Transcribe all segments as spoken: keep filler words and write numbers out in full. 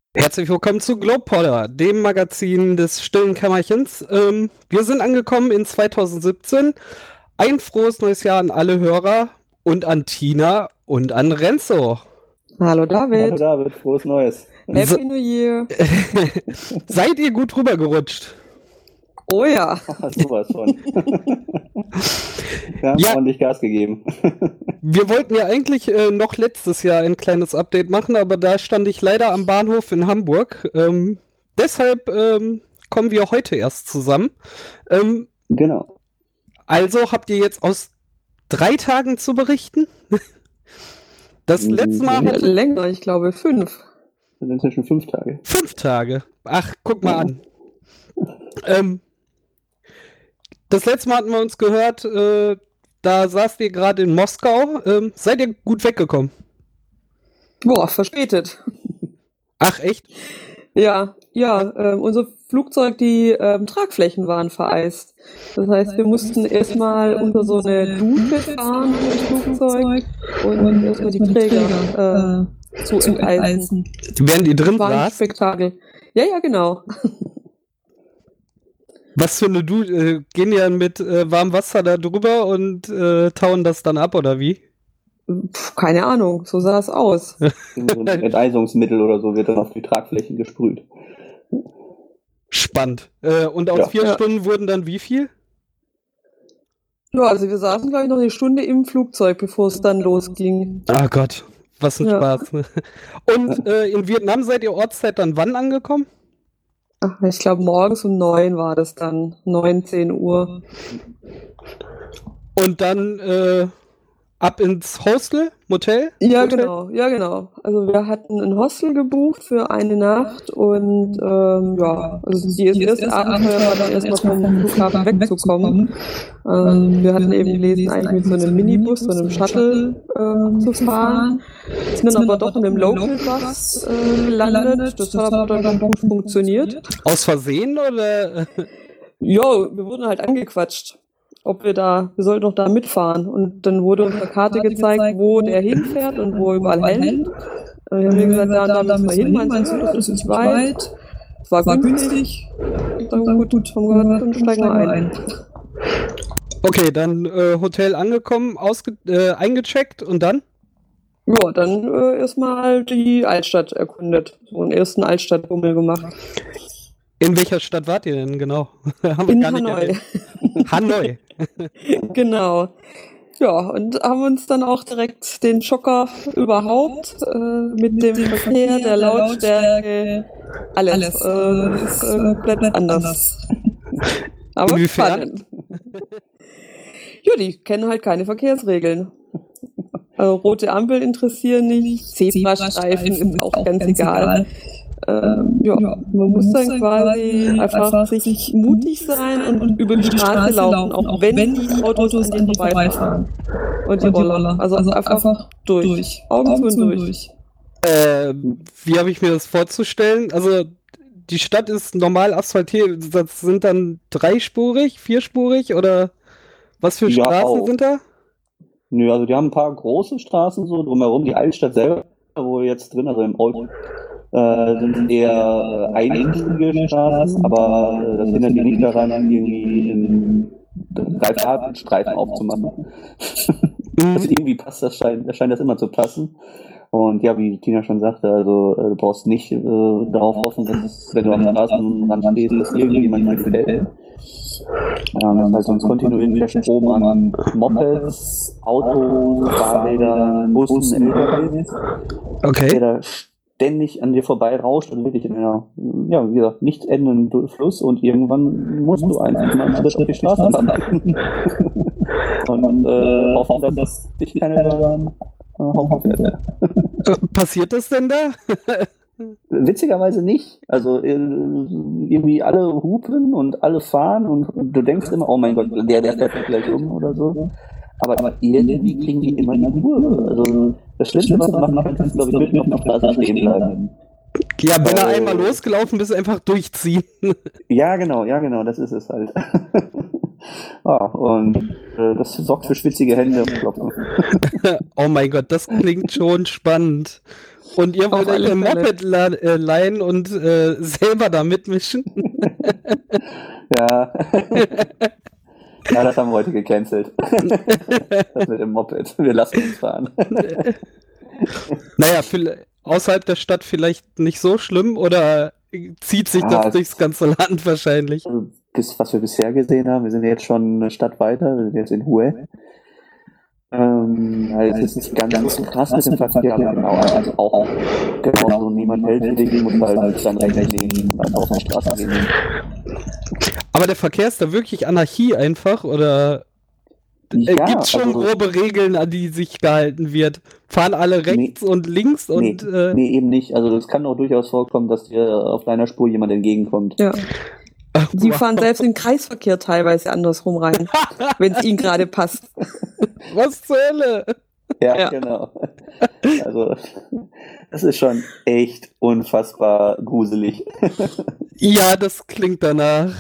Herzlich willkommen zu Globetrotter, dem Magazin des stillen Kämmerchens. Ähm, wir sind angekommen in zweitausendsiebzehn. Ein frohes neues Jahr an alle Hörer und an Tina und an Renzo. Hallo David. Hallo David, frohes Neues. Happy New Year. Seid ihr gut rübergerutscht? Oh ja. Ach, sowas von. Wir haben Ja. ordentlich Gas gegeben. Wir wollten ja eigentlich äh, noch letztes Jahr ein kleines Update machen, aber da stand ich leider am Bahnhof in Hamburg. Ähm, deshalb ähm, kommen wir heute erst zusammen. Ähm, Genau. Also habt ihr jetzt aus drei Tagen zu berichten? Das Mhm. letzte Mal Ja, hatte länger, ich glaube fünf. Das sind inzwischen fünf Tage. fünf Tage. Ach, guck mal an. Ähm, das letzte Mal hatten wir uns gehört, äh, da saßt ihr gerade in Moskau. Ähm, seid ihr gut weggekommen? Boah, verspätet. Ach, echt? Ja, ja, ähm, unser Flugzeug, die ähm, Tragflächen waren vereist. Das heißt, wir mussten erstmal unter so eine Dusche fahren im Flugzeug und erstmal die Träger äh, zu enteisen. Während ihr drin War ein saßt? Spektakel. Ja, ja, genau. Was für eine Du äh, gehen ja mit äh, warmem Wasser da drüber und äh, tauen das dann ab, oder wie? Puh, keine Ahnung, so sah es aus. So ein Enteisungsmittel oder so wird dann auf die Tragflächen gesprüht. Spannend. Äh, und aus Ja. vier Ja. Stunden wurden dann wie viel? Ja, also wir saßen, glaube ich, noch eine Stunde im Flugzeug, bevor es dann losging. Ah Gott, was ein Ja. Spaß. Und äh, in Vietnam seid ihr Ortszeit dann wann angekommen? Ach, ich glaube, morgens um neun war das dann. Neun, zehn Uhr. Und dann äh, ab ins Hostel, Motel? Ja, Hotel? genau, ja, genau. Also wir hatten ein Hostel gebucht für eine Nacht und ähm, ja, also die erste Abenteuer war dann erstmal vom Flughafen wegzukommen. Ähm, wir hatten eben gelesen, eigentlich mit so einem Minibus, so einem Shuttle ähm, zu fahren. Sind dann aber doch in einem Local Bus äh, gelandet. Das hat aber dann gut funktioniert. Aus Versehen oder? Ja, wir wurden halt angequatscht, ob wir da, wir sollten doch da mitfahren. Und dann wurde uns eine Karte gezeigt, wo der hinfährt und wo er überall hält. Und dann haben wir gesagt, da, da müssen wir hin, meinst du, das ist nicht weit. Es war günstig. Dann gut, gut, haben wir gesagt, dann steigen wir ein. Okay, dann äh, Hotel angekommen, ausge äh, eingecheckt und dann? Ja, dann äh, erstmal die Altstadt erkundet. So einen ersten Altstadtbummel gemacht. In welcher Stadt wart ihr denn genau? Haben wir In gar nicht Hanoi. erwähnt. Hanoi. Genau. Ja, und haben uns dann auch direkt den Schocker überhaupt äh, mit dem Verkehr, der Lautstärke, alles, äh, ist äh, komplett anders. Aber Inwiefern? spannend. Ja, die kennen halt keine Verkehrsregeln. Also, rote Ampel interessieren nicht, Zebrastreifen ist auch ganz egal. Ähm, ja, man muss dann quasi einfach sich mutig sein und über die Straße laufen, auch wenn die Autos an dir vorbeifahren. Und die Roller. Also einfach durch. Augen zu und durch. Äh, wie habe ich mir das vorzustellen? Also die Stadt ist normal asphaltiert. Das sind dann dreispurig, vierspurig oder was für Ja, Straßen auch. sind da? Nö, also die haben ein paar große Straßen so drumherum. Die Altstadt selber, wo wir jetzt drin, also im Old, äh, sind eher äh, einspurige Straßen, aber äh, das hindert die nicht daran, irgendwie in drei Fahrtenstreifen aufzumachen. Also irgendwie passt das, scheint, das scheint das immer zu passen. Und ja, wie Tina schon sagte, also äh, du brauchst nicht äh, darauf hoffen, dass es, wenn du am Straßenrand stehst, dass irgendjemand mal fällt. Ähm, das heißt, sonst kontinuierlicher Strom an Mopeds, Autos, Fahrrädern, Bussen, L K Ws, der Okay. da ständig an dir vorbei rauscht und wirklich in einer, ja, wie gesagt, nicht endenden Fluss und irgendwann musst du einfach mal einen Schritt auf die Straße machen. Und äh, hoffen, dass dich keiner da äh, Haufen fährt. Äh, passiert das denn da? Witzigerweise nicht. Also äh, irgendwie alle hupen und alle fahren und, und du denkst immer, oh mein Gott, der, der fährt gleich um oder so. Aber, aber irgendwie kriegen die immer die Ruhe. Also das Schlimmste, was man machen kann, ist, glaube ich, wirklich auf der Straße stehen bleiben. Ja, wenn er Oh. einmal losgelaufen bist, einfach durchziehen. Ja, genau, ja, genau, das ist es halt. Ah, und äh, das sorgt für schwitzige Hände und Klopfen. Oh mein Gott, das klingt schon spannend. Und ihr wollt Auf euch alle ein Fälle. Moped la- äh, leihen und äh, selber da mitmischen? Ja. Ja, das haben wir heute gecancelt. Das mit dem Moped. Wir lassen uns fahren. Naja, viel- außerhalb der Stadt vielleicht nicht so schlimm oder zieht sich Ah, das durchs ganze Land wahrscheinlich? Also, bis, was wir bisher gesehen haben, wir sind jetzt schon eine Stadt weiter, wir sind jetzt in Hue. Ähm, also es ist nicht ganz so krass mit dem Verkehr, aber genau, also auch genau so niemand hält für dich, muss halt dann rechts nehmen und auf der Straße gehen. Aber der Verkehr ist da wirklich Anarchie einfach oder äh, Ja, gibt es schon also- grobe Regeln, an die sich gehalten wird? Fahren alle rechts und links Nee, und äh, nee, eben nicht. Also es kann auch durchaus vorkommen, dass dir auf deiner Spur jemand entgegenkommt. Ja. Die wow. fahren selbst in den Kreisverkehr teilweise andersrum rein, wenn es ihnen gerade passt. Was zur Hölle? Ja, Ja. genau. Also das ist schon echt unfassbar gruselig. Ja, das klingt danach.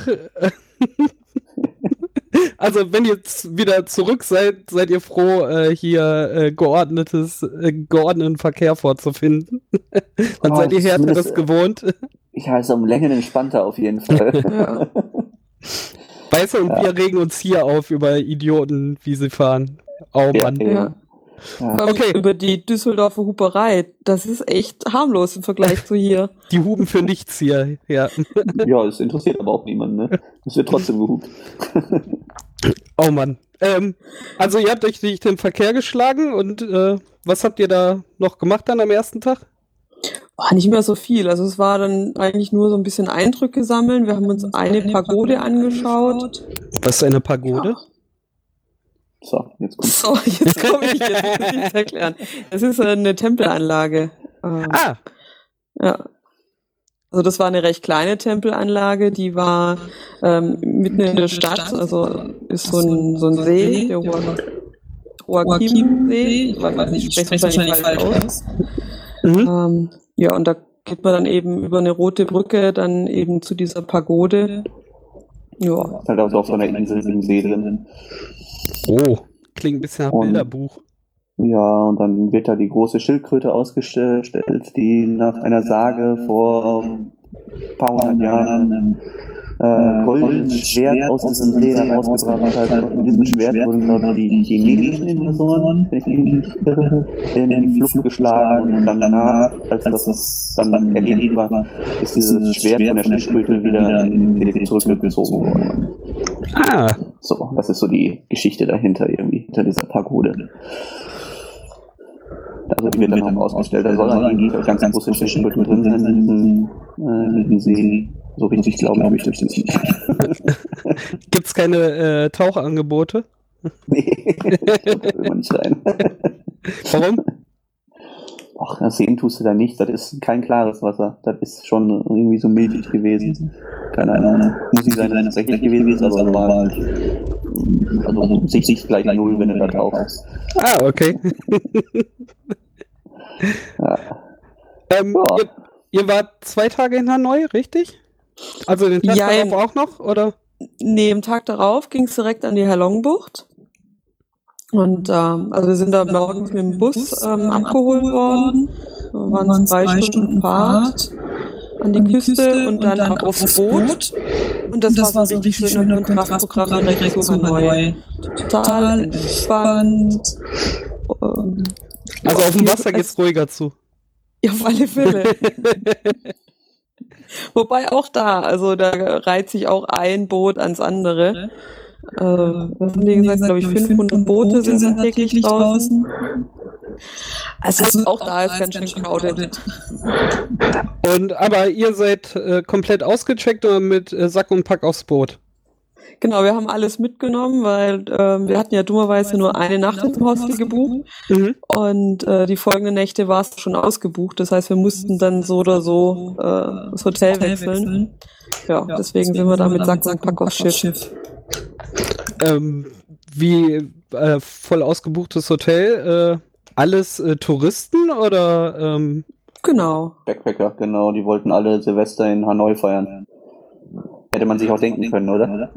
Also, wenn ihr jetzt wieder zurück seid, seid ihr froh, äh, hier äh, geordnetes, äh, geordneten Verkehr vorzufinden. Dann Oh, seid ihr Härteres zumindest, äh, gewohnt. Ja, ist um Längen entspannter auf jeden Fall. Ja. Weißt du, und Ja. wir regen uns hier auf über Idioten, wie sie fahren. Oh Ja, Mann. eben. Ja. Ja. Vor allem Okay. über die Düsseldorfer Huperei. Das ist echt harmlos im Vergleich zu hier. Die huben für nichts hier. Ja. Ja, das interessiert aber auch niemanden, ne? Es wird trotzdem gehupt. Oh Mann. Ähm, also, ihr habt euch durch den Verkehr geschlagen und äh, was habt ihr da noch gemacht dann am ersten Tag? Oh, nicht mehr so viel. Also es war dann eigentlich nur so ein bisschen Eindrücke sammeln. Wir haben uns eine Pagode angeschaut. Was ist eine Pagode? So, jetzt kommt. So, jetzt komme ich, jetzt muss ich es erklären. Es ist eine Tempelanlage. Ähm, Ah, Ja. Also das war eine recht kleine Tempelanlage, die war ähm, mitten in der Stadt, also ist so ein, so ein See, der Joachim-See, ich weiß nicht, ich spreche wahrscheinlich falsch aus. mhm. Ähm, ja, und da geht man dann eben über eine rote Brücke dann eben zu dieser Pagode. Ja, Ist halt auch auf so einer Insel im See drin. Oh, klingt ein bisschen nach Und- Bilderbuch. Ja, und dann wird da die große Schildkröte ausgestellt, die nach einer Sage vor ein paar hundert Jahren ein äh, goldenes Schwert aus diesem See herausgebracht hat. Und mit diesem Schwert wurden dort die chinesischen Invasoren, wenn ich mich nicht irre, in die Flucht geschlagen. Und dann danach, als das dann erledigt war, ist dieses Schwert von der Schildkröte wieder in den See zurückgezogen worden. Ah, So, das ist so die Geschichte dahinter irgendwie, hinter dieser Pagode. Also die wird dann auch ausgestellt. Da soll eigentlich ganz große Schildkröten drin sein in diesem, äh, in diesem See. So richtig glauben habe ich das jetzt nicht. gibt's keine äh, Tauchangebote? Nee, das will man nicht rein. Warum? Ach, das sehen tust du da nicht. Das ist kein klares Wasser. Das ist schon irgendwie so milchig gewesen. Keine Ahnung. Muss nicht sein, dass es tatsächlich gewesen ist, aber normal. Also Sicht gleich null, wenn du da tauchst. Ah, okay. Ja. ähm, Ja. ihr, ihr wart zwei Tage in Hanoi, richtig? Also den Tag Jein. darauf auch noch, oder? nee, am Tag darauf ging es direkt an die Halong-Bucht. Und ähm, also wir sind da morgens mit dem Bus ähm, abgeholt worden. Da waren es drei Stunden Fahrt an die Küste und dann ab aufs Boot. Und das, war so ein richtig schöner Kontrastprogramm direkt zu Hanoi. Total entspannt. Ähm, Also auf dem Wasser es- geht's ruhiger zu. Ja, auf alle Fälle. Wobei auch da, also da reiht sich auch ein Boot ans andere. Äh, was haben die gesagt, glaube ich, fünfhundert Boote sind da täglich draußen. Also auch da ist ganz schön crowded. Und aber ihr seid äh, komplett ausgecheckt oder mit äh, Sack und Pack aufs Boot? Genau, wir haben alles mitgenommen, weil ähm, wir hatten ja dummerweise nur eine Nacht im Hostel gebucht Mhm. und äh, die folgenden Nächte war es schon ausgebucht. Das heißt, wir mussten dann so oder so äh, das Hotel wechseln. Ja, deswegen sind wir da mit Sack und Pack aufs Schiff. Ähm, wie äh, voll ausgebuchtes Hotel? Äh, alles äh, Touristen oder? Ähm, Genau. Backpacker, genau. Die wollten alle Silvester in Hanoi feiern. Hätte man sich auch denken können, oder?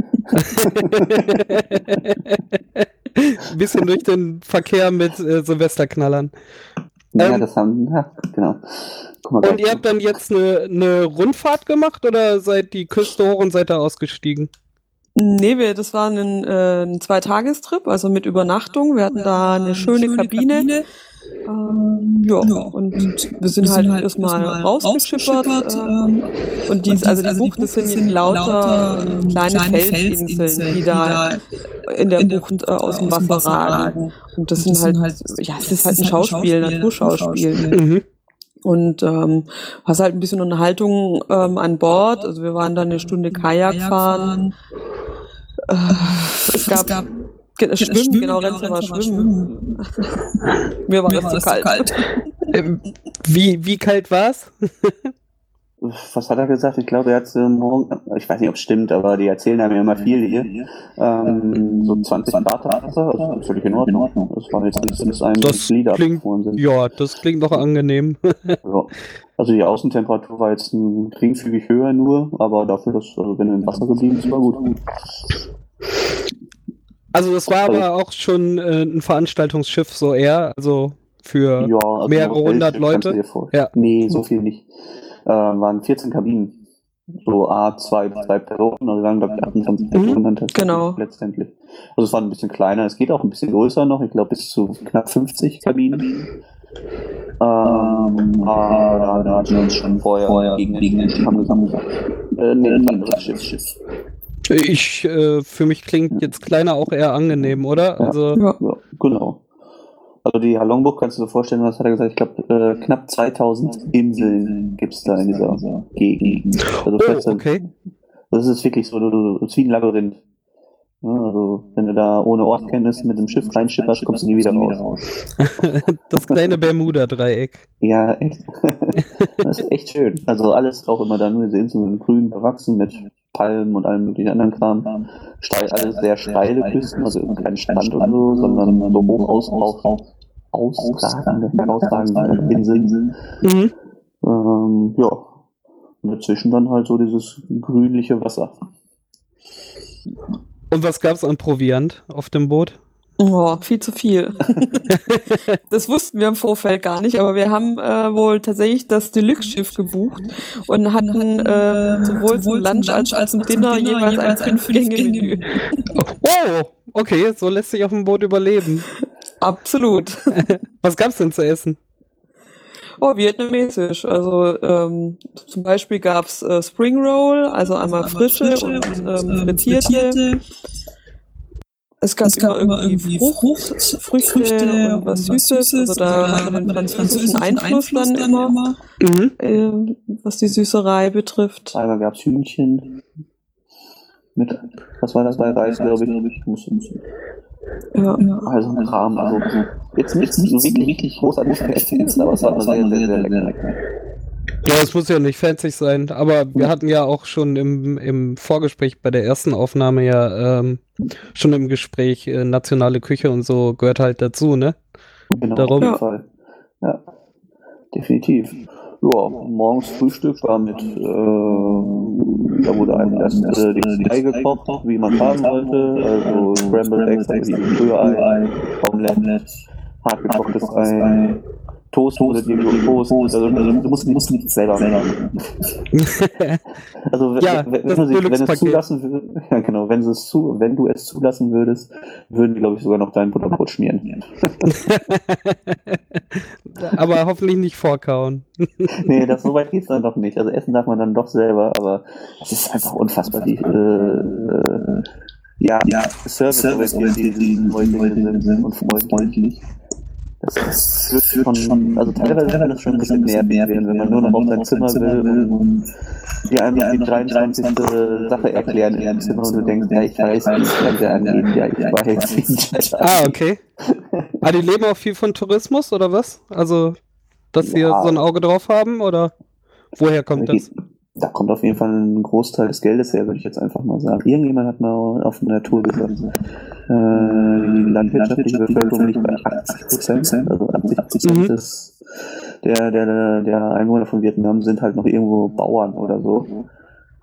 Ein bisschen durch den Verkehr mit äh, Silvesterknallern. Ja, Ähm, das haben, ja, genau. Guck mal, Und ihr habt dann jetzt eine, eine Rundfahrt gemacht oder seid die Küste hoch und seid da ausgestiegen? Nee, wir, das war ein, äh, ein Zweitagestrip, also mit Übernachtung. Wir hatten da eine schöne Kabine. Ähm, ja, und wir sind halt erstmal rausgeschippert. Ähm, und die, also die Bucht, das sind lauter ähm, kleine Felsinseln, die da in der Bucht äh, aus dem Wasser ragen. Und das sind halt, ja, es ist halt ein Schauspiel, Naturschauspiel. Mhm. Und ähm, hast halt ein bisschen Unterhaltung ähm, an Bord. Also wir waren dann eine Stunde Kajak fahren. Äh, es gab, gab Schwimmen, Schwimmen, genau, Renze war Schwimmen. Mir war Mir das zu kalt. kalt. Ähm, wie, wie kalt war's? Was hat er gesagt? Ich glaube, er hat äh, morgen, ich weiß nicht, ob es stimmt, aber die erzählen einem ja immer viel hier. Ähm, so zwanzig Grad Wasser, also völlig in Ordnung. Das war jetzt nicht, dass einem Das Glied klingt, abgefroren sind. ja, das klingt doch angenehm. Ja. Also die Außentemperatur war jetzt ein geringfügig höher nur, aber dafür, dass, also wenn du im Wasser geblieben bist, war gut. Also das war aber auch schon äh, ein Veranstaltungsschiff so eher, also für Ja, also mehrere hundert Leute. Ja. Nee, so viel nicht. Äh, waren vierzehn Kabinen. So A, zwei bis drei Personen, also wir waren glaube ich achtundzwanzig Personen mhm, genau. letztendlich. Also es war ein bisschen kleiner, es geht auch ein bisschen größer noch, ich glaube bis zu knapp fünfzig Kabinen. Ähm, aber da hatten wir uns schon vorher, vorher gegen, gegen den Schiff haben gesagt. Äh, nee, ein anderes Schiff. Schiff. Ich, äh, für mich klingt jetzt kleiner auch eher angenehm, oder? Ja, also ja, ja, genau. Also die Halongbucht, kannst du dir vorstellen, was hat er gesagt? Ich glaube, äh, knapp zweitausend Inseln gibt es da in dieser Gegend. Also oh, okay. Das ist wirklich so, du, du, du, wie ein Labyrinth. Ja, also wenn du da ohne Ortskenntnis mit dem Schiff reinschipperst, kommst du nie wieder raus. Das kleine Bermuda-Dreieck. Ja, echt. Das ist echt schön. Also alles auch immer da nur diese Inseln grün bewachsen mit Palmen und allem möglichen anderen Kram. Steil, alles sehr steile Küsten, also kein Strand oder so, sondern so hoch aus, auf, ausragende, herausragende Inseln. Mhm. Ähm, ja. Und dazwischen dann halt so dieses grünliche Wasser. Und was gab's an Proviant auf dem Boot? Oh, viel zu viel. Das wussten wir im Vorfeld gar nicht, aber wir haben äh, wohl tatsächlich das Deluxe-Schiff gebucht und hatten äh, sowohl zum Lunch als auch zum Dinner jeweils ein Fünf-Gänge-Menü. Oh, okay, so lässt sich auf dem Boot überleben. Absolut. Was gab's denn zu essen? Oh, vietnamesisch. Also ähm, zum Beispiel gab's äh, Spring Roll, also einmal frische und ähm, frittierte. Es gab, es gab immer irgendwie Frucht, Frucht, Früchte, Früchte und was Süßes. Also da hat man den französischen Einfluss dann immer, mhm. äh, was die Süßerei betrifft. Einmal gab es Hühnchen mit, was war das bei Reis, glaube ich. Muss, muss. Ja, ja. Also ein Kram, also jetzt nicht so wirklich, wirklich großartig essen, aber es war sehr, sehr, sehr lecker. Ja, es muss ja nicht fancy sein, aber wir hatten ja auch schon im, im Vorgespräch bei der ersten Aufnahme ja ähm, schon im Gespräch äh, nationale Küche und so gehört halt dazu, ne? Genau, Darum. auf jeden Fall. Ja, definitiv. Ja, morgens Frühstück war mit, äh, da wurde einem erst äh, die Ei gekocht, wie man haben wollte, also Scrambled Eggs, also Rührei, Omelette, hartgekochtes Ei, Toast wurde dir Toast, also, also du musst, musst nicht selber machen. Also wenn, ja, wenn, wenn, sie, wenn es zulassen würde, ja genau, wenn es zu, wenn du es zulassen würdest, würden die, glaube ich, sogar noch dein Butterbrot schmieren. Aber hoffentlich nicht vorkauen. Nee, das so weit geht's dann doch nicht. Also essen darf man dann doch selber, aber es ist einfach unfassbar die äh, äh, ja, ja, Service-orientiert, die Leute sind und freundlich. Das, das wird schon, schon, also teilweise kann das schon ein bisschen nervig werden, wenn man nur noch auf sein Zimmer will und dir einfach die dreiundzwanzigste Sache erklären im Zimmer und du denkst, ja, ich weiß, wie es Ganze angeht, ja, ich weiß. Ah, okay. Ah, die leben auch viel von Tourismus, oder was? Also, dass sie ja so ein Auge drauf haben, oder woher kommt das? Da kommt auf jeden Fall ein Großteil des Geldes her, würde ich jetzt einfach mal sagen. Irgendjemand hat mal auf einer Tour gesagt, äh, die landwirtschaftliche Bevölkerung liegt bei achtzig Prozent, also achtzig Prozent mhm. des, der, der, der Einwohner von Vietnam sind halt noch irgendwo Bauern oder so.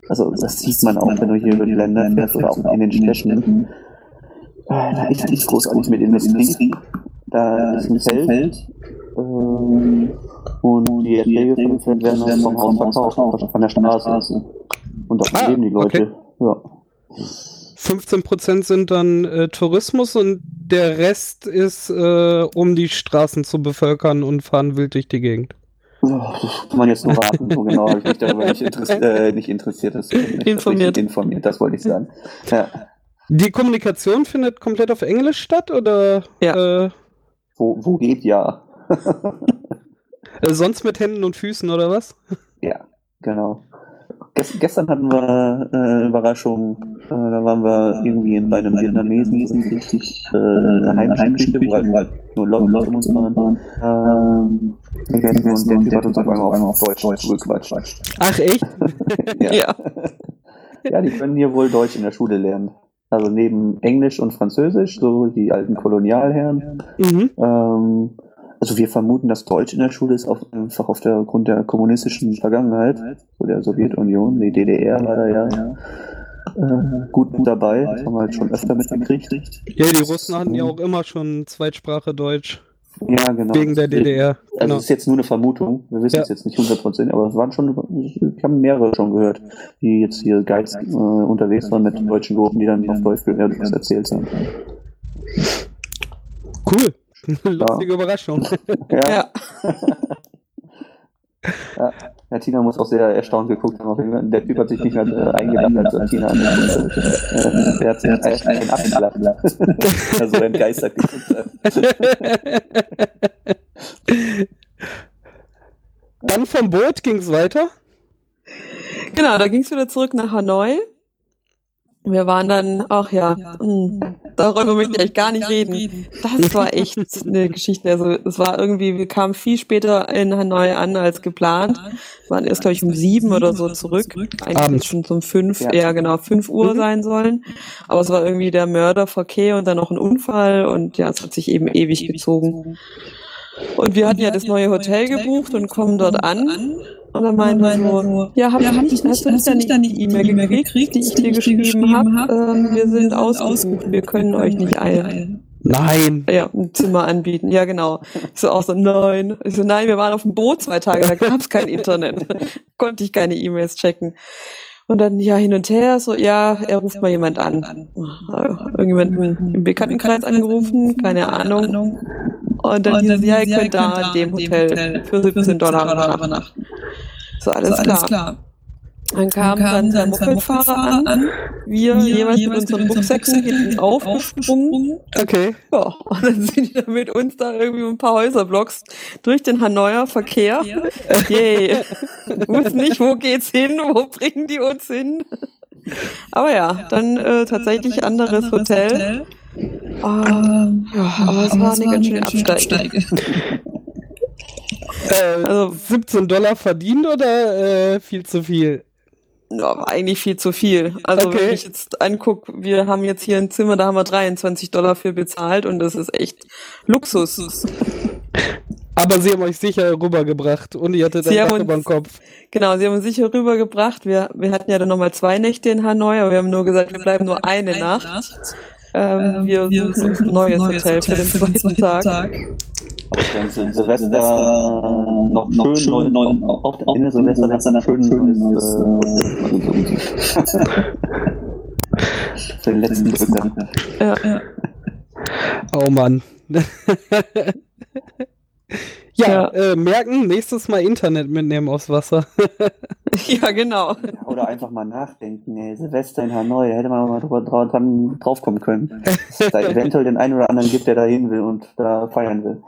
Also das sieht man auch, wenn du hier über die Länder fährst oder auch in den Städten. Äh, da ist nichts großartig mit Industrie. Da ist ein Feld. Ähm, und die Erträge von dem Feld werden dann vom Haus verkauft, von der Straße. Und davon Ah, leben die Leute. Ja. fünfzehn Prozent sind dann äh, Tourismus und der Rest ist, äh, um die Straßen zu bevölkern und fahren wild durch die Gegend. Ja, das kann man jetzt nur raten. So genau habe ich mich darüber nicht, interess äh, nicht interessiert. Das nicht Informiert. informiert, das wollte ich sagen. Ja. Die Kommunikation findet komplett auf Englisch statt oder Ja. äh, Wo, wo geht ja? äh, sonst mit Händen und Füßen oder was? Ja, genau. Gest gestern hatten wir äh, Überraschung. Äh, da waren wir irgendwie in, bei einem Vietnamesen, die sind richtig äh, eine heimische Küche, wo halt nur Leute um uns waren. Ähm, und der Typ hat uns auf einmal auf Deutsch zurückquatscht. Ach echt? Ja. Ja. Ja, die können hier wohl Deutsch in der Schule lernen. Also neben Englisch und Französisch, so die alten Kolonialherren. Mhm. Ähm, also wir vermuten, dass Deutsch in der Schule ist, auf, einfach auf der Grund der kommunistischen Vergangenheit, so der Sowjetunion, die D D R war da ja, äh, gut mit dabei, das haben wir halt schon öfter mitgekriegt. Ja, die Russen hatten ja auch immer schon Zweitsprache Deutsch. Ja, genau. Wegen der D D R. Also Genau. das ist jetzt nur eine Vermutung, wir wissen Ja. es jetzt nicht hundert Prozent, aber es waren schon, ich habe mehrere schon gehört, die jetzt hier Guides äh, unterwegs waren mit deutschen Gruppen, die dann auf Deutsch etwas erzählt haben. Cool. Lustige Überraschung. Ja. Ja. Ja. Ja, Tina muss auch sehr erstaunt geguckt haben. Der Typ hat sich nicht mehr äh, eingeladen, als Tina an. Äh, der hat sich einen, einen abgelacht. Also entgeistert geguckt hat. Dann vom Boot ging es weiter. Genau, da ging es wieder zurück nach Hanoi. Wir waren dann, ach ja, mh, darüber möchte ich eigentlich gar nicht reden. Das war echt eine Geschichte. Also es war irgendwie, wir kamen viel später in Hanoi an als geplant. Wir waren erst, glaube ich, um sieben oder so zurück. Eigentlich Abends. schon um fünf, Ja. ja genau, fünf Uhr Mhm. sein sollen. Aber es war irgendwie der Mörderverkehr und dann noch ein Unfall und ja, es hat sich eben ewig gezogen. Und wir hatten ja das neue Hotel gebucht und kommen dort an. Und dann meinen wir so, ja, hab ich nicht, hast du nicht dann die E-Mail gekriegt, die ich dir geschrieben habe? Ähm, wir sind ausgebucht, wir können euch nicht eilen. Nein. Ja, ein Zimmer anbieten. Ja, genau. Ich so auch so, nein. Ich so, nein, wir waren auf dem Boot zwei Tage, da gab es kein Internet. Konnte ich keine E-Mails checken. Und dann, ja, hin und her, so, ja, er ruft mal jemand an. Irgendjemanden im Bekanntenkreis angerufen, keine Ahnung. Und dann hieß es, ja, ihr könnt da in dem Hotel für siebzehn Dollar übernachten. So, alles klar. Dann kam dann der Mopedfahrer an, wir jeweils mit unseren Rucksäcken hinten aufgesprungen. Okay. Ja, und dann sind die dann mit uns da irgendwie ein paar Häuserblocks durch den Hanoier Verkehr. Yay. Wussten nicht, wo geht's hin, wo bringen die uns hin. Aber ja, dann äh, tatsächlich anderes Hotel. Ähm, ja, aber es war eine ganz schöne Absteige. Äh, Also siebzehn Dollar verdient oder äh, viel zu viel? ja, war eigentlich viel zu viel. Also Okay. wenn ich jetzt angucke, wir haben jetzt hier ein Zimmer, da haben wir dreiundzwanzig Dollar für bezahlt und das ist echt Luxus. Aber sie haben euch sicher rübergebracht und ihr hattet Sie ein haben Dach uns- über dem Kopf. Genau, sie haben uns sicher rübergebracht. Wir, wir hatten ja dann nochmal zwei Nächte in Hanoi, aber wir haben nur gesagt, wir bleiben nur eine Nacht. Ähm, wir suchen uns ein neues Hotel für den zweiten Tag. Aber dann sind Silvester äh, noch schön, neu, neu, auch Ende Silvester dann schön neues äh, für den letzten Drücker. Ja. Oh Mann. ja, Ja. Äh, merken, nächstes Mal Internet mitnehmen aufs Wasser. Ja, genau. Oder einfach mal nachdenken, ey, Silvester in Hanoi, hätte man mal drüber, drüber, dran draufkommen können. Dass es da eventuell den einen oder anderen gibt, der da hin will und da feiern will.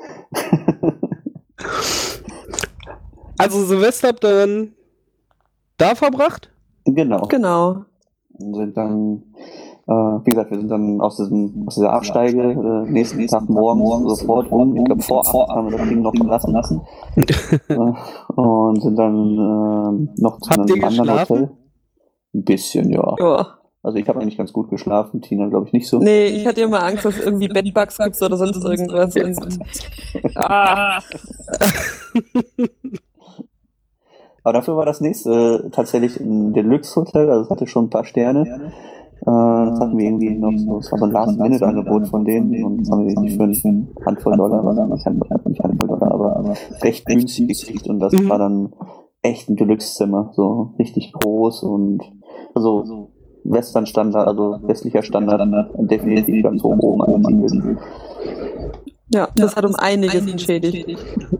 Also Silvester habt ihr dann da verbracht? Genau. Genau. Und sind dann, äh, wie gesagt, wir sind dann aus, diesem, aus dieser Absteige äh, nächsten Tag morgen sofort rum. Ich glaube, vorab haben wir das Ding noch verlassen lassen. äh, und sind dann äh, noch zu Habt einem ihr anderen geschlafen? Hotel. Ein bisschen, ja. Ja. Also ich habe eigentlich ganz gut geschlafen, Tina glaube ich nicht so. Nee, ich hatte immer Angst, dass es irgendwie Bedbugs gibt oder sonst irgendwas. Und, ah, Aber dafür war das nächste tatsächlich ein Deluxe-Hotel, also es hatte schon ein paar Sterne. Äh, das hatten wir irgendwie noch so, das war so ein Last-Minute-Angebot von denen und das haben wir irgendwie für eine Handvoll Dollar, was nicht Handvoll Dollar, aber recht günstig gekriegt und das Mhm. war dann echt ein Deluxe-Zimmer, so richtig groß und also Western-Standard, also westlicher Standard, definitiv ganz hoch oben angesiedelt. Ja, das hat um einiges entschädigt.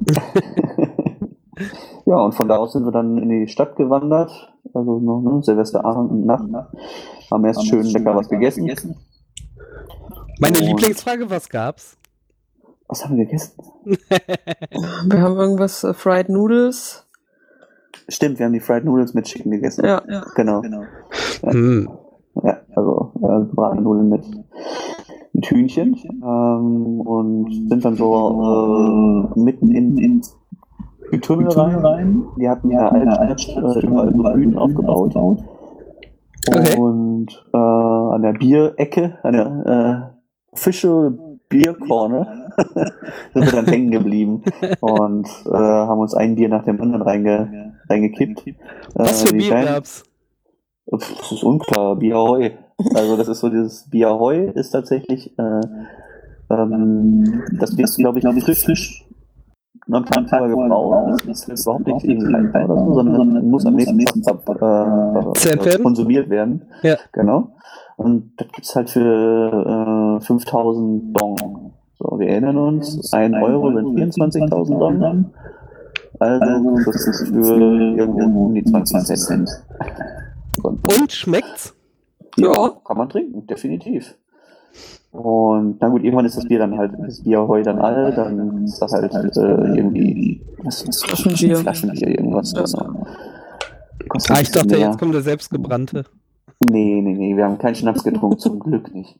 Ja, und von da aus sind wir dann in die Stadt gewandert, also noch ne, Silvesterabend und Nacht. Haben erst schön lecker was gegessen. Meine Und- Lieblingsfrage, was gab's? Was haben wir gegessen? Wir haben irgendwas, äh, Fried Noodles. Stimmt, wir haben die Fried Noodles mit Chicken gegessen. Ja, ja. Genau. Hm. Ja, also äh, Bratnudeln mit, mit Hühnchen ähm, und sind dann so äh, mitten in, in die Tunnel rein. Die hatten ja Altstadt äh, überall so Bühnen aufgebaut. Okay. Und äh, an der Bierecke, an der äh, Official Beer Corner, sind wir dann hängen geblieben und äh, haben uns ein Bier nach dem anderen reinge, reingekippt. Was Äh, für die Bier Band- gab's? Pff, Das ist unklar, Bier Ahoi. Also das ist so dieses Bier Ahoi ist tatsächlich, äh, ähm, das wird, glaube ich, frisch, frisch am Tag vorher gebraut. Das wird überhaupt nicht irgendwie kalt oder so, sondern muss am nächsten Tag äh, Zerrt äh, werden? konsumiert werden. Ja. Genau. Und das gibt's halt für äh, fünftausend Dong. So, wir erinnern uns, ein Euro sind vierundzwanzigtausend Dong. Also das ist für irgendwo um die zwanzig Cent. Und schmeckt's? Ja, kann man trinken, definitiv. Und na gut, irgendwann ist das Bier dann halt, das Bier Ahoi dann alt, dann ist das halt äh, irgendwie was, was Flaschenbier. Flaschenbier, irgendwas. Ja. Genau. Kostet Ah, ein ich bisschen dachte, mehr. jetzt kommt der selbstgebrannte. Nee, nee, nee, wir haben keinen Schnaps getrunken, zum Glück nicht.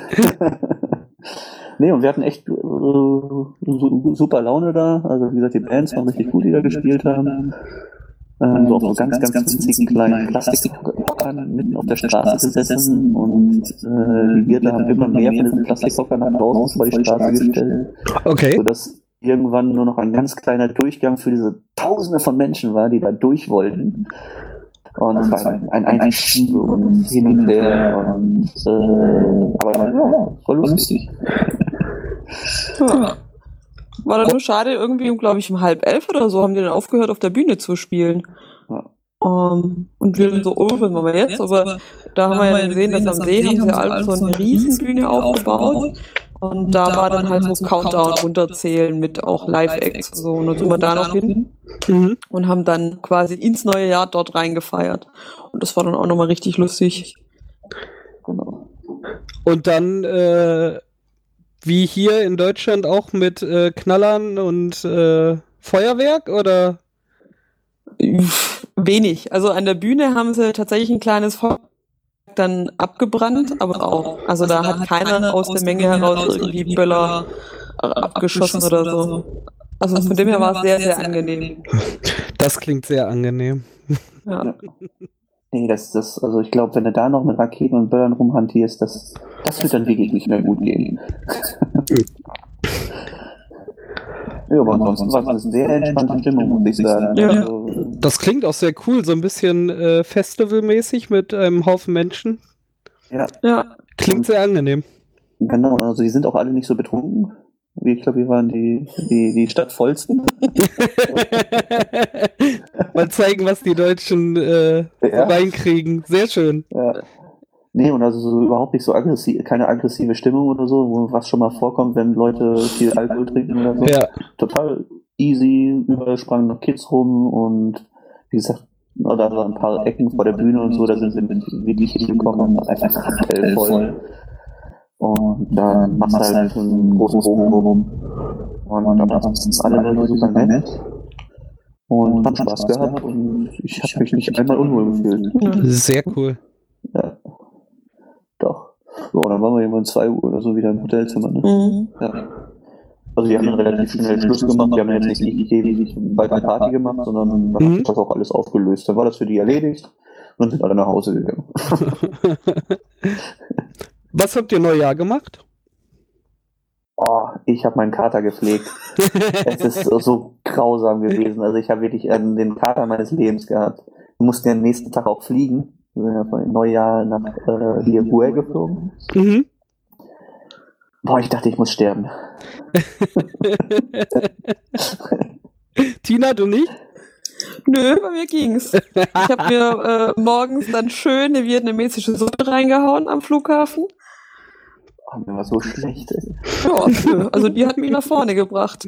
Nee, und wir hatten echt äh, su- super Laune da. Also wie gesagt, die Bands waren richtig gut, die da gespielt haben. Ähm, so auf so ganz, ganz winzigen kleinen Plastikhockern mitten auf der Straße gesessen und äh, die Wirte haben immer mehr von diesen Plastikhockern nach draußen vor die Straße gestellt, Okay. sodass irgendwann nur noch ein ganz kleiner Durchgang für diese Tausende von Menschen war, die da durch wollten. Und es war ein, ein, ein Schiebe und hin und her und äh, aber ja, voll lustig. Ja. War dann nur schade, irgendwie, glaube ich, um halb elf oder so haben die dann aufgehört, auf der Bühne zu spielen. Ja. Um, und wir sind so, oh, was machen wir jetzt? Aber da haben wir ja gesehen, dass am See haben sie alle so eine Riesenbühne aufgebaut. Und da war dann halt so Countdown runterzählen mit auch Live-Acts und so. Und dann sind wir da noch hin Mhm. und haben dann quasi ins neue Jahr dort reingefeiert. Und das war dann auch nochmal richtig lustig. Genau. Und dann, äh, wie hier in Deutschland auch mit äh, Knallern und äh, Feuerwerk, oder? Wenig. Also an der Bühne haben sie tatsächlich ein kleines Feuerwerk dann abgebrannt, aber auch. Also, da hat keiner aus der Menge heraus irgendwie Böller äh, abgeschossen oder so. Also von dem her war es sehr, sehr angenehm. Das klingt sehr angenehm. Ja. Nee, das, das, also ich glaube, wenn du da noch mit Raketen und Böllern rumhantierst, das, das wird dann wirklich nicht mehr gut gehen. Ja, aber ansonsten war es eine sehr entspannte Stimmung, muss ich sagen. Ja. Also, Das klingt auch sehr cool, so ein bisschen äh, festivalmäßig mit einem Haufen Menschen. ja, Ja. Klingt sehr angenehm. genau, also die sind auch alle nicht so betrunken. Ich glaube, wir waren die, die, die Stadtvollsten. Mal zeigen, was die Deutschen äh, Ja. reinkriegen. Sehr schön. Ja. Nee, und also so überhaupt nicht so aggressiv, keine aggressive Stimmung oder so, wo was schon mal vorkommt, wenn Leute viel Alkohol trinken oder so. Ja. Total easy, überall sprangen noch Kids rum und wie gesagt, da waren ein paar Ecken vor der Bühne und so, da sind wir mit wirklich hingekommen und einfach Handel voll. Und dann machst du halt einen großen Bogen rum. Und dann waren alle Leute super nett. Und haben Spaß gehabt und ich habe mich nicht einmal unwohl gefühlt. Sehr cool. Ja. Doch. So, dann waren wir irgendwann zwei Uhr oder so wieder im Hotelzimmer. Ne? Mhm. Ja. Also die haben dann relativ schnell Schluss gemacht, die haben dann jetzt nicht ewig weiter Party gemacht, sondern dann hat Mhm. sich das auch alles aufgelöst. Dann war das für die erledigt und dann sind alle nach Hause gegangen. Was habt ihr Neujahr gemacht? Oh, ich habe meinen Kater gepflegt. Es ist so, so grausam gewesen. Also ich habe wirklich äh, den Kater meines Lebens gehabt. Wir mussten ja am nächsten Tag auch fliegen. Wir sind ja von Neujahr nach äh, hier Hue geflogen. Mhm. Boah, ich dachte, ich muss sterben. Tina, du nicht? Nö, bei mir ging's. Ich habe mir äh, morgens dann schön eine vietnamesische Suppe reingehauen am Flughafen. Oh, mir war so schlecht. Ey. Ja, nö, also die hat mich nach vorne gebracht.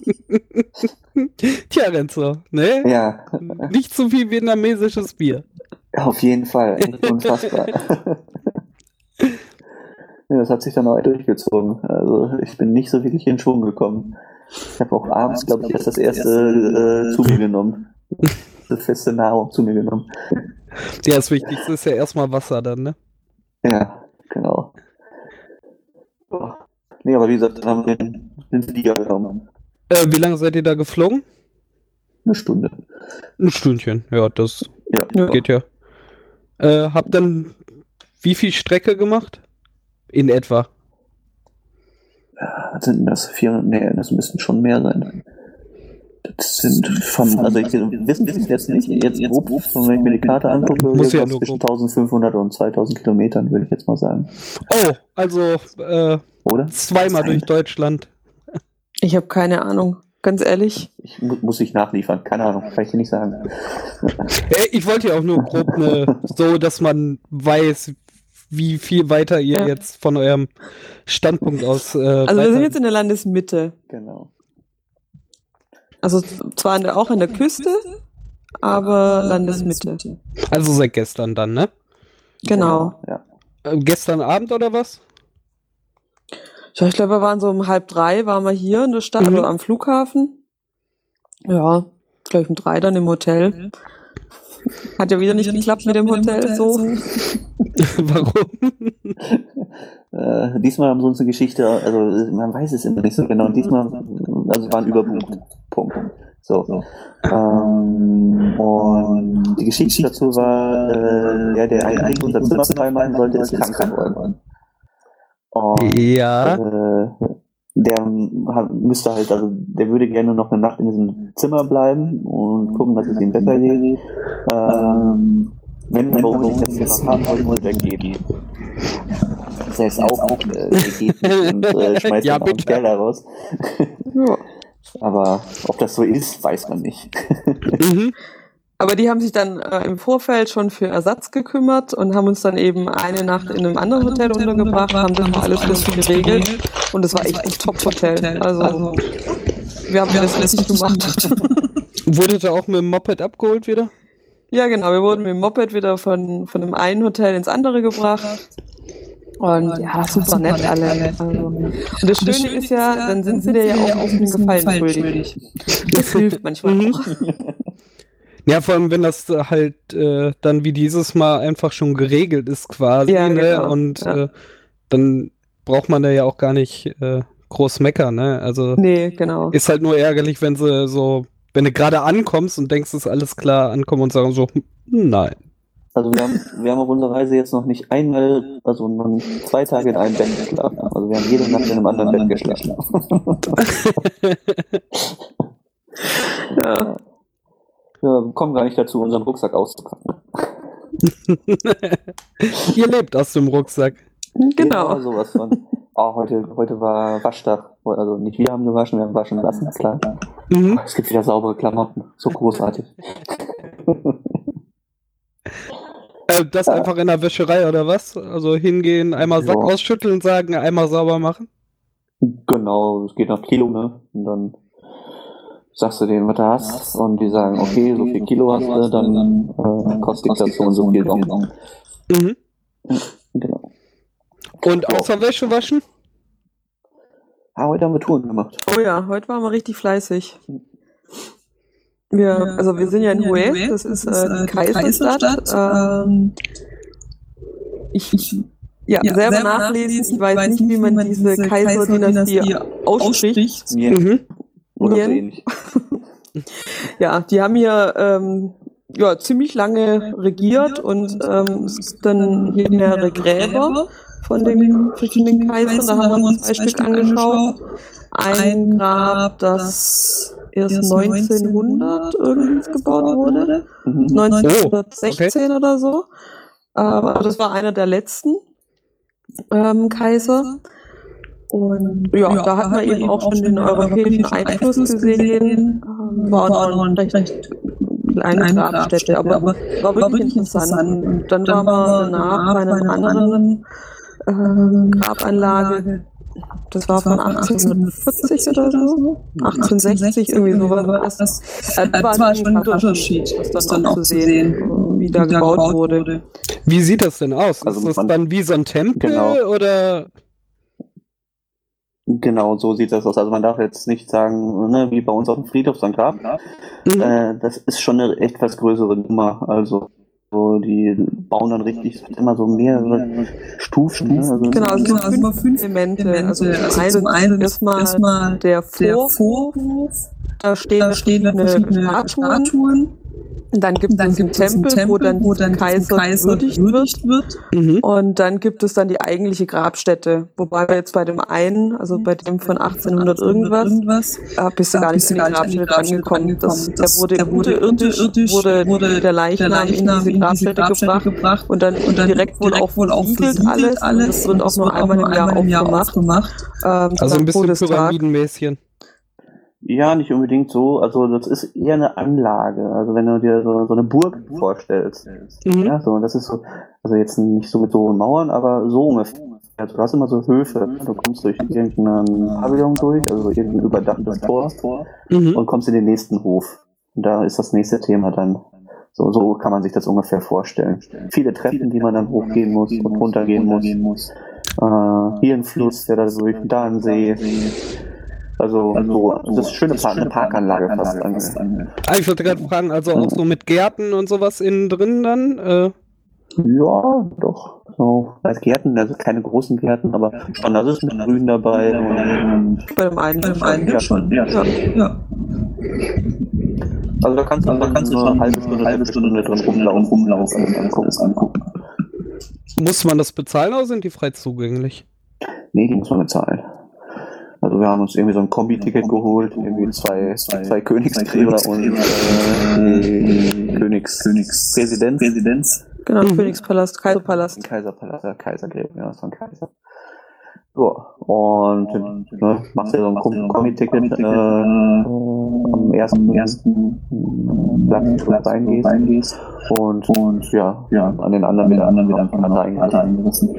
Tja, Renzo, ne? Ja, Nicht zu viel vietnamesisches Bier. auf jeden Fall. Unfassbar. Ja, das hat sich dann auch durchgezogen. Also ich bin nicht so wirklich in Schwung gekommen. Ich habe auch abends, glaube ich, erst das erste äh, zu mir genommen. Das feste Nahrung zu mir genommen. Ja, das Wichtigste ist ja erstmal Wasser dann, ne? Ja, genau. Oh. Nee, aber wie gesagt, dann haben wir den, den Flieger genommen. Äh, wie lange seid ihr da geflogen? Eine Stunde. Ein Stündchen, ja, das Ja. geht ja. Äh, habt dann wie viel Strecke gemacht? In etwa. Was sind denn das? Vier? Nee, das müssten schon mehr sein. Das sind von, also ich wissen wir es jetzt nicht. Jetzt grob, wenn ich mir die Karte angucke, Muss ja irgendwas nur zwischen grob. eintausendfünfhundert und zweitausend Kilometern, würde ich jetzt mal sagen. Oh, also äh, Oder? zweimal durch Deutschland. Ich habe keine Ahnung, ganz ehrlich. Ich mu muss ich nachliefern. Keine Ahnung, kann ich dir nicht sagen. Äh, ich wollte ja auch nur grob ne, so, dass man weiß, wie viel weiter ihr Ja. jetzt von eurem Standpunkt aus. Äh, Also weiter wir sind jetzt in der Landesmitte. Genau. Also zwar an der, auch an der Küste, aber Landesmitte. Also seit gestern dann, ne? Genau. Ja. Äh, gestern Abend oder was? Ja, ich glaube, wir waren so um halb drei, waren wir hier in der Stadt, Mhm. also am Flughafen. Ja, glaube ich um drei dann im Hotel. Hat ja wieder nicht geklappt mit dem Hotel, so. Warum? Äh, diesmal haben sie uns eine Geschichte, also man weiß es immer nicht so genau. Diesmal, also waren überbucht. Punkt. So. Ähm, und die Geschichte dazu war, äh, der, der eigentlich unser Zimmer frei machen sollte, ist krank geworden. Und Ja. äh, der hat- müsste halt, also der würde gerne noch eine Nacht in diesem Zimmer bleiben und gucken, dass es ihm besser geht. Ähm, wenn wir aber nicht das Zimmer haben wollen, würde er gehen. Das heißt auch, äh, er geht nicht und äh, schmeißt Ja, ihn aus dem bitte. Keller raus. Ja. Aber ob das so ist, weiß man nicht. Mhm. Aber die haben sich dann äh, im Vorfeld schon für Ersatz gekümmert und haben uns dann eben eine Nacht in einem anderen Hotel untergebracht, haben das mal alles für uns geregelt und das war echt ein Top-Hotel. Also wir haben das alles nicht gemacht. Wurdet ihr auch mit dem Moped abgeholt wieder? Ja, genau, wir wurden mit dem Moped wieder von, von dem einen Hotel ins andere gebracht. Und ja, super nett alle. Also. Und das Schöne ist ja, dann sind sie dir ja auch ein bisschen Gefallen schuldig. Das hilft manchmal Mhm. auch. Ja, vor allem, wenn das äh, halt äh, dann wie dieses Mal einfach schon geregelt ist quasi, Ja, ne? genau. Und Ja. äh, dann braucht man da ja auch gar nicht äh, groß meckern, ne? Also Nee, genau. ist halt nur ärgerlich, wenn sie so, wenn du gerade ankommst und denkst, ist alles klar, ankommen und sagen so, hm, nein. Also wir haben, wir haben auf unserer Reise jetzt noch nicht einmal, also noch zwei Tage in einem Bett geschlafen. Also wir haben jede Nacht in einem anderen Bett geschlafen. Ja. Wir kommen gar nicht dazu, unseren Rucksack auszupacken. Ihr lebt aus dem Rucksack. Genau. Ja, sowas von. Oh, heute, heute war Waschtag. Also nicht wir haben gewaschen, wir haben waschen lassen, klar. Mhm. Es gibt wieder saubere Klamotten. So großartig. Äh, das einfach in der Wäscherei oder was? Also hingehen, einmal Sack Ja. ausschütteln, sagen, einmal sauber machen. Genau, es geht nach Kilo, ne? Und dann sagst du denen, was du hast. Und die sagen, okay, so viel Kilo hast du, dann äh, kostet das so und so viel Geld. Mhm. Genau. Und außer Wäsche waschen? Ah, heute haben wir Touren gemacht. Oh ja, heute waren wir richtig fleißig. Wir, also wir sind ja in Hue, das ist äh, die Kaiserstadt. Ähm, ich, ja, Ja, selber selber nachlesen, ich weiß nicht, wie man diese Kaiserdynastie ausspricht. Ja. Mhm. Oder so Yen. ähnlich. Ja, die haben hier ähm, ja, ziemlich lange regiert und ähm, es gibt dann hier mehrere Gräber von den verschiedenen Kaisern. Da haben wir uns zwei Stück angeschaut. Ein Grab, das erst neunzehnhundert irgendwie gebaut wurde. neunzehnhundertsechzehn oh, okay. oder so. Aber das war einer der letzten ähm, Kaiser. Und ja, ja da hat man eben auch schon den europäischen Einfluss gesehen. Ähm, war auch noch recht, recht kleine Grabstätte, aber, aber war wirklich, wirklich interessant. Und dann, dann waren wir danach bei einer anderen ähm, Grabanlage. Das war von achtzehnhundertvierzig oder so. achtzehnhundertsechzig, irgendwie so war das. Das war schon ein Unterschied, das dann auch zu sehen, wie da gebaut wurde. Wie sieht das denn aus? Also ist das dann wie so ein Tempel genau. oder? Genau, so sieht das aus. Also man darf jetzt nicht sagen, ne, wie bei uns auf dem Friedhof so ein Grab. Mhm. Äh, das ist schon eine etwas größere Nummer. Also so, die bauen dann richtig immer so mehrere Stufen. Ne? Also genau, also genau, fünf, also fünf Elemente. Also, also zum einen erstmal erstmal der Vorhof. Da stehen, da stehen verschiedene Statuen. Statuen. Dann gibt dann es einen Tempel, Tempel, wo dann, wo dann Kaiser, Kaiser würdigt wird. wird. Mhm. Und dann gibt es dann die eigentliche Grabstätte. Wobei wir jetzt bei dem einen, also bei dem von achtzehnhundert irgendwas, irgendwas äh, bist du gar nicht in die Grabstätte angekommen. Das, der wurde, der wurde unterirdisch, wurde, wurde der Leichnam in diese Grabstätte gebracht, gebracht und dann, und dann direkt wohl auch wohl versiegelt alles. alles. Das wird auch nur einmal im Jahr, Jahr aufgemacht. Ähm, also ein bisschen Pyramidenmäßchen. Ja, nicht unbedingt so. Also das ist eher eine Anlage. Also wenn du dir so, so eine Burg vorstellst. Mhm. Ja, so, das ist so, also jetzt nicht so mit so Mauern, aber so ungefähr. Also du hast immer so Höfe. Du kommst durch irgendeinen Pavillon durch, also irgendein überdachtes Tor mhm. und kommst in den nächsten Hof. Und da ist das nächste Thema dann. So, so kann man sich das ungefähr vorstellen. Viele Treppen, die man dann hochgehen muss und runtergehen muss. Äh, hier ein Fluss, der da durch, da ein See. Also, also so, das ist eine schöne Park, eine Parkanlage fast. fast ah, ich wollte gerade fragen, also auch so mit Gärten und sowas innen drin dann? Äh? Ja, doch. So, als Gärten, also keine großen Gärten, aber schon, da ist mit Grün dabei. Und bei dem einen, beim einen ja, schon. Ja, ja. ja. Also da kannst du, also, da kannst du schon eine halbe Stunde, eine halbe Stunde drin rumlaufen, rumlaufen und angucken, angucken. Muss man das bezahlen oder sind die frei zugänglich? Nee, die muss man bezahlen. Also wir haben uns irgendwie so ein Kombi-Ticket geholt, irgendwie zwei, zwei, zwei Königsgräber und äh, Königs, Königspräsidenz. Präsidenz. Genau, mhm. Königspalast, Kaiserpalast. Kaiserpalast, ja, Kaisergräber, ja, das war ein Kaiser. Ja, und, und ne, machst du ja so ein Kombi-Ticket äh, am ersten, ersten Platz, wo du reingehst, reingehst und, und ja, ja, an den anderen wieder, anderen wieder einfach Karte eingerissen.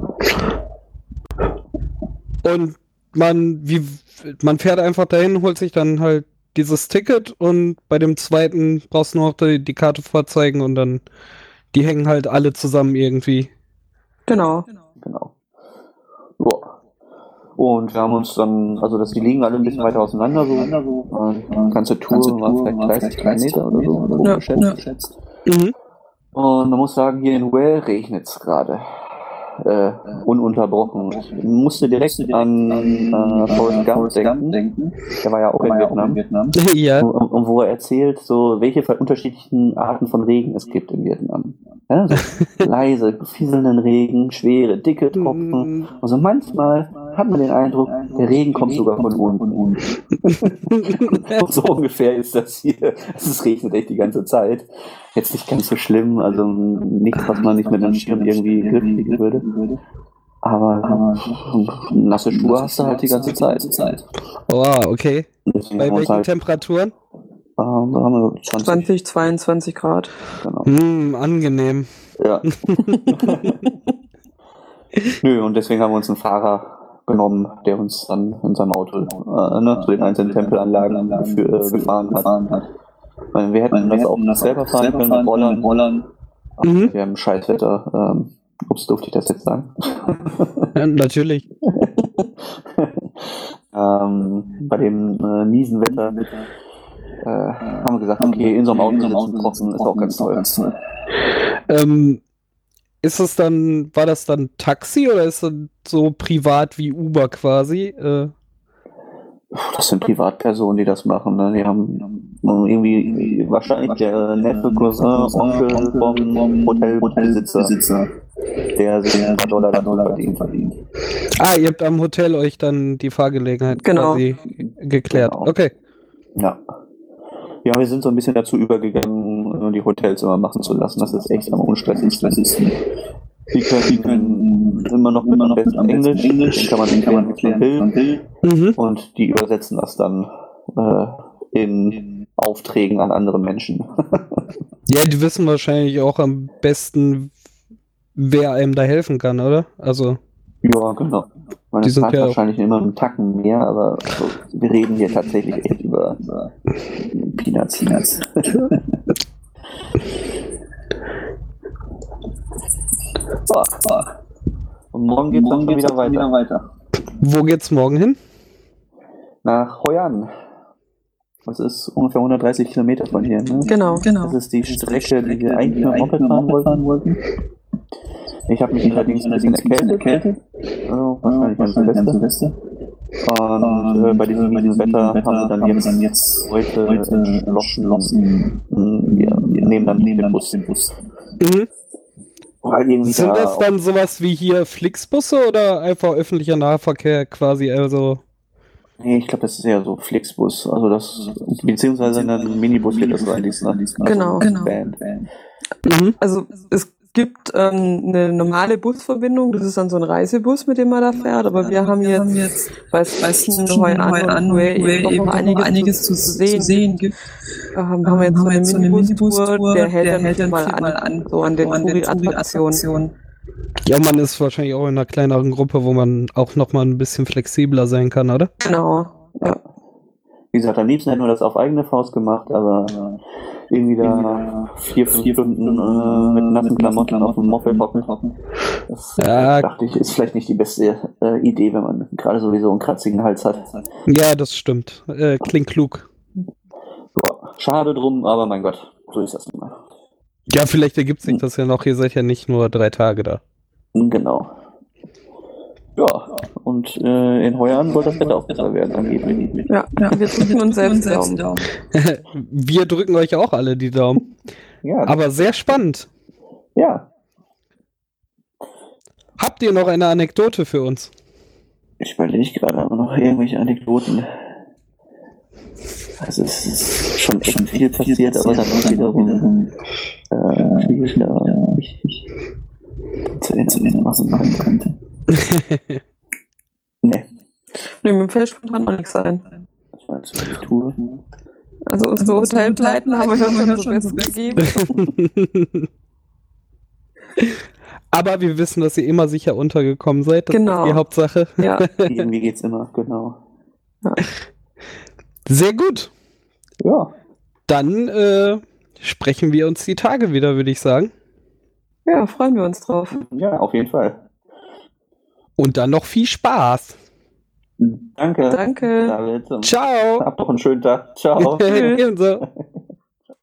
Und man, wie, man fährt einfach dahin, holt sich dann halt dieses Ticket und bei dem zweiten brauchst du nur noch die, die Karte vorzeigen und dann, die hängen halt alle zusammen irgendwie. Genau. Genau. Ja. Und wir haben uns dann, also das, die liegen alle ein bisschen weiter auseinander, so, äh, ganze Tour war vielleicht dreißig Kilometer oder so, oder so ja, geschätzt. Ja. Mhm. Und man muss sagen, hier in Hue regnet es gerade. Äh, ununterbrochen. Ich musste direkt an äh, Forrest Gump denken. Der war ja auch in Vietnam. Vietnam. Ja. Und, und wo er erzählt, so welche unterschiedlichen Arten von Regen es gibt in Vietnam. Ja, so leise, fieselnden Regen, schwere, dicke Tropfen. Also manchmal hat man den Eindruck, der Regen kommt sogar von unten. So ungefähr ist das hier. Es regnet echt die ganze Zeit. Jetzt nicht ganz so schlimm, also nichts, was man nicht mit einem Schirm irgendwie kriegen würde. Aber, aber nasse Schuhe hast du halt die ganze Zeit. Oh, okay. Bei welchen halt, Temperaturen? Äh, da haben wir zwanzig, zwanzig, zweiundzwanzig Grad. Genau. Hm, angenehm. Ja. Nö, und deswegen haben wir uns einen Fahrer genommen, der uns dann in seinem Auto äh, ne, zu den einzelnen Tempelanlagen für, äh, gefahren hat. Weil wir hätten das auch selber fahren können, mit Rollern. Rollern. Mhm. Wir haben Scheißwetter. Ähm, ups, durfte ich das jetzt sagen? Ja, natürlich. ähm, bei dem äh, miesen Wetter äh, haben wir gesagt, okay, in so einem Auto sitzen trocken ist auch ganz toll. Ähm, ist es dann, war das dann Taxi oder ist das so privat wie Uber quasi? Äh, Das sind Privatpersonen, die das machen. Ne? Die haben irgendwie wahrscheinlich der nette Cousin, Onkel vom Hotelbesitzer. der sich ein paar Dollar, Dollar verdient. verdient. Ah, ihr habt am Hotel euch dann die Fahrgelegenheit Genau. quasi geklärt. Genau. Okay. Ja. Ja, wir sind so ein bisschen dazu übergegangen, die Hotels immer machen zu lassen. Das ist echt am unstressigsten. Die können, die können immer noch immer noch am Englisch, Englisch, den kann man, den kann man erklären, wie man will. Mhm. Und die übersetzen das dann äh, in Aufträgen an andere Menschen. Ja, die wissen wahrscheinlich auch am besten, wer einem da helfen kann, oder? Also. Ja, genau. Man Die sind zahlt ja wahrscheinlich immer einen Tacken mehr, aber also, wir reden hier tatsächlich echt über, über Peanuts. Peanuts. oh, oh. Und morgen geht es dann wieder weiter. wieder weiter. Wo geht's morgen hin? Nach Hoi An. Das ist ungefähr hundertdreißig Kilometer von hier. Ne? Genau, genau. Das ist die Strecke, die wir eigentlich mit dem Moped fahren wollten. Ich habe mich allerdings ein bisschen erkältet. Also wahrscheinlich am Silvester. Und äh, bei diesem miesen Wetter haben wir dann jetzt, dann jetzt heute entschlossen, wir, wir nehmen dann den Bus. Den Bus. Mhm. Weil irgendwie Sind da das dann sowas wie hier Flixbusse oder einfach öffentlicher Nahverkehr quasi? Also. Nee, ich glaube, das ist eher so Flixbus. Also das, beziehungsweise ein Minibus wird das sein, diesmal. Genau, genau. Van. Mhm. Also es gibt ähm, eine normale Busverbindung, das ist dann so ein Reisebus, mit dem man da fährt, aber wir haben jetzt, weil es zwischen Hoi An und Hue eben noch einiges, einiges zu sehen, sehen gibt, ähm, haben wir jetzt so eine Minibus-Tour, der hält dann hält mal an, an, so an den Touri-Attraktionen. Ja, man ist wahrscheinlich auch in einer kleineren Gruppe, wo man auch nochmal ein bisschen flexibler sein kann, oder? Genau, ja. Wie gesagt, am liebsten hätten wir das auf eigene Faust gemacht, aber irgendwie da vier, vier Stunden äh, mit nassen Klamotten auf dem Moped hocken. Das Ja. äh, dachte ich, ist vielleicht nicht die beste äh, Idee, wenn man gerade sowieso einen kratzigen Hals hat. Ja, das stimmt. Äh, klingt klug. Ja, schade drum, aber mein Gott, so ist das immer. Ja, vielleicht ergibt sich das ja noch. Ihr seid ja nicht nur drei Tage da. Genau. Ja, und äh, in Hoi An soll das Wetter auch besser werden, angeblich. Ja, ja, wir drücken uns selbst Daumen. Wir drücken euch auch alle die Daumen. Ja, Aber sehr spannend. ja. Habt ihr noch eine Anekdote für uns? Ich überlege gerade aber noch irgendwelche Anekdoten. Also es ist schon echt viel passiert, aber dann auch wiederum äh, viel, da ich, ich zu Ende machen könnte. Nee. Nee, mir fällt spontan auch nichts ein. Das war jetzt so die Tour. Also unsere Hotelpleiten haben wir ja schon so gegeben. Aber wir wissen, dass ihr immer sicher untergekommen seid. Das Genau. ist die Hauptsache. Ja. Irgendwie geht's immer, genau. Ja. Sehr gut. Ja. Dann äh, sprechen wir uns die Tage wieder, würde ich sagen. Ja, freuen wir uns drauf. Ja, auf jeden Fall. Und dann noch viel Spaß. Danke. Danke. David. Ciao. Habt noch einen schönen Tag. Ciao. Ebenso.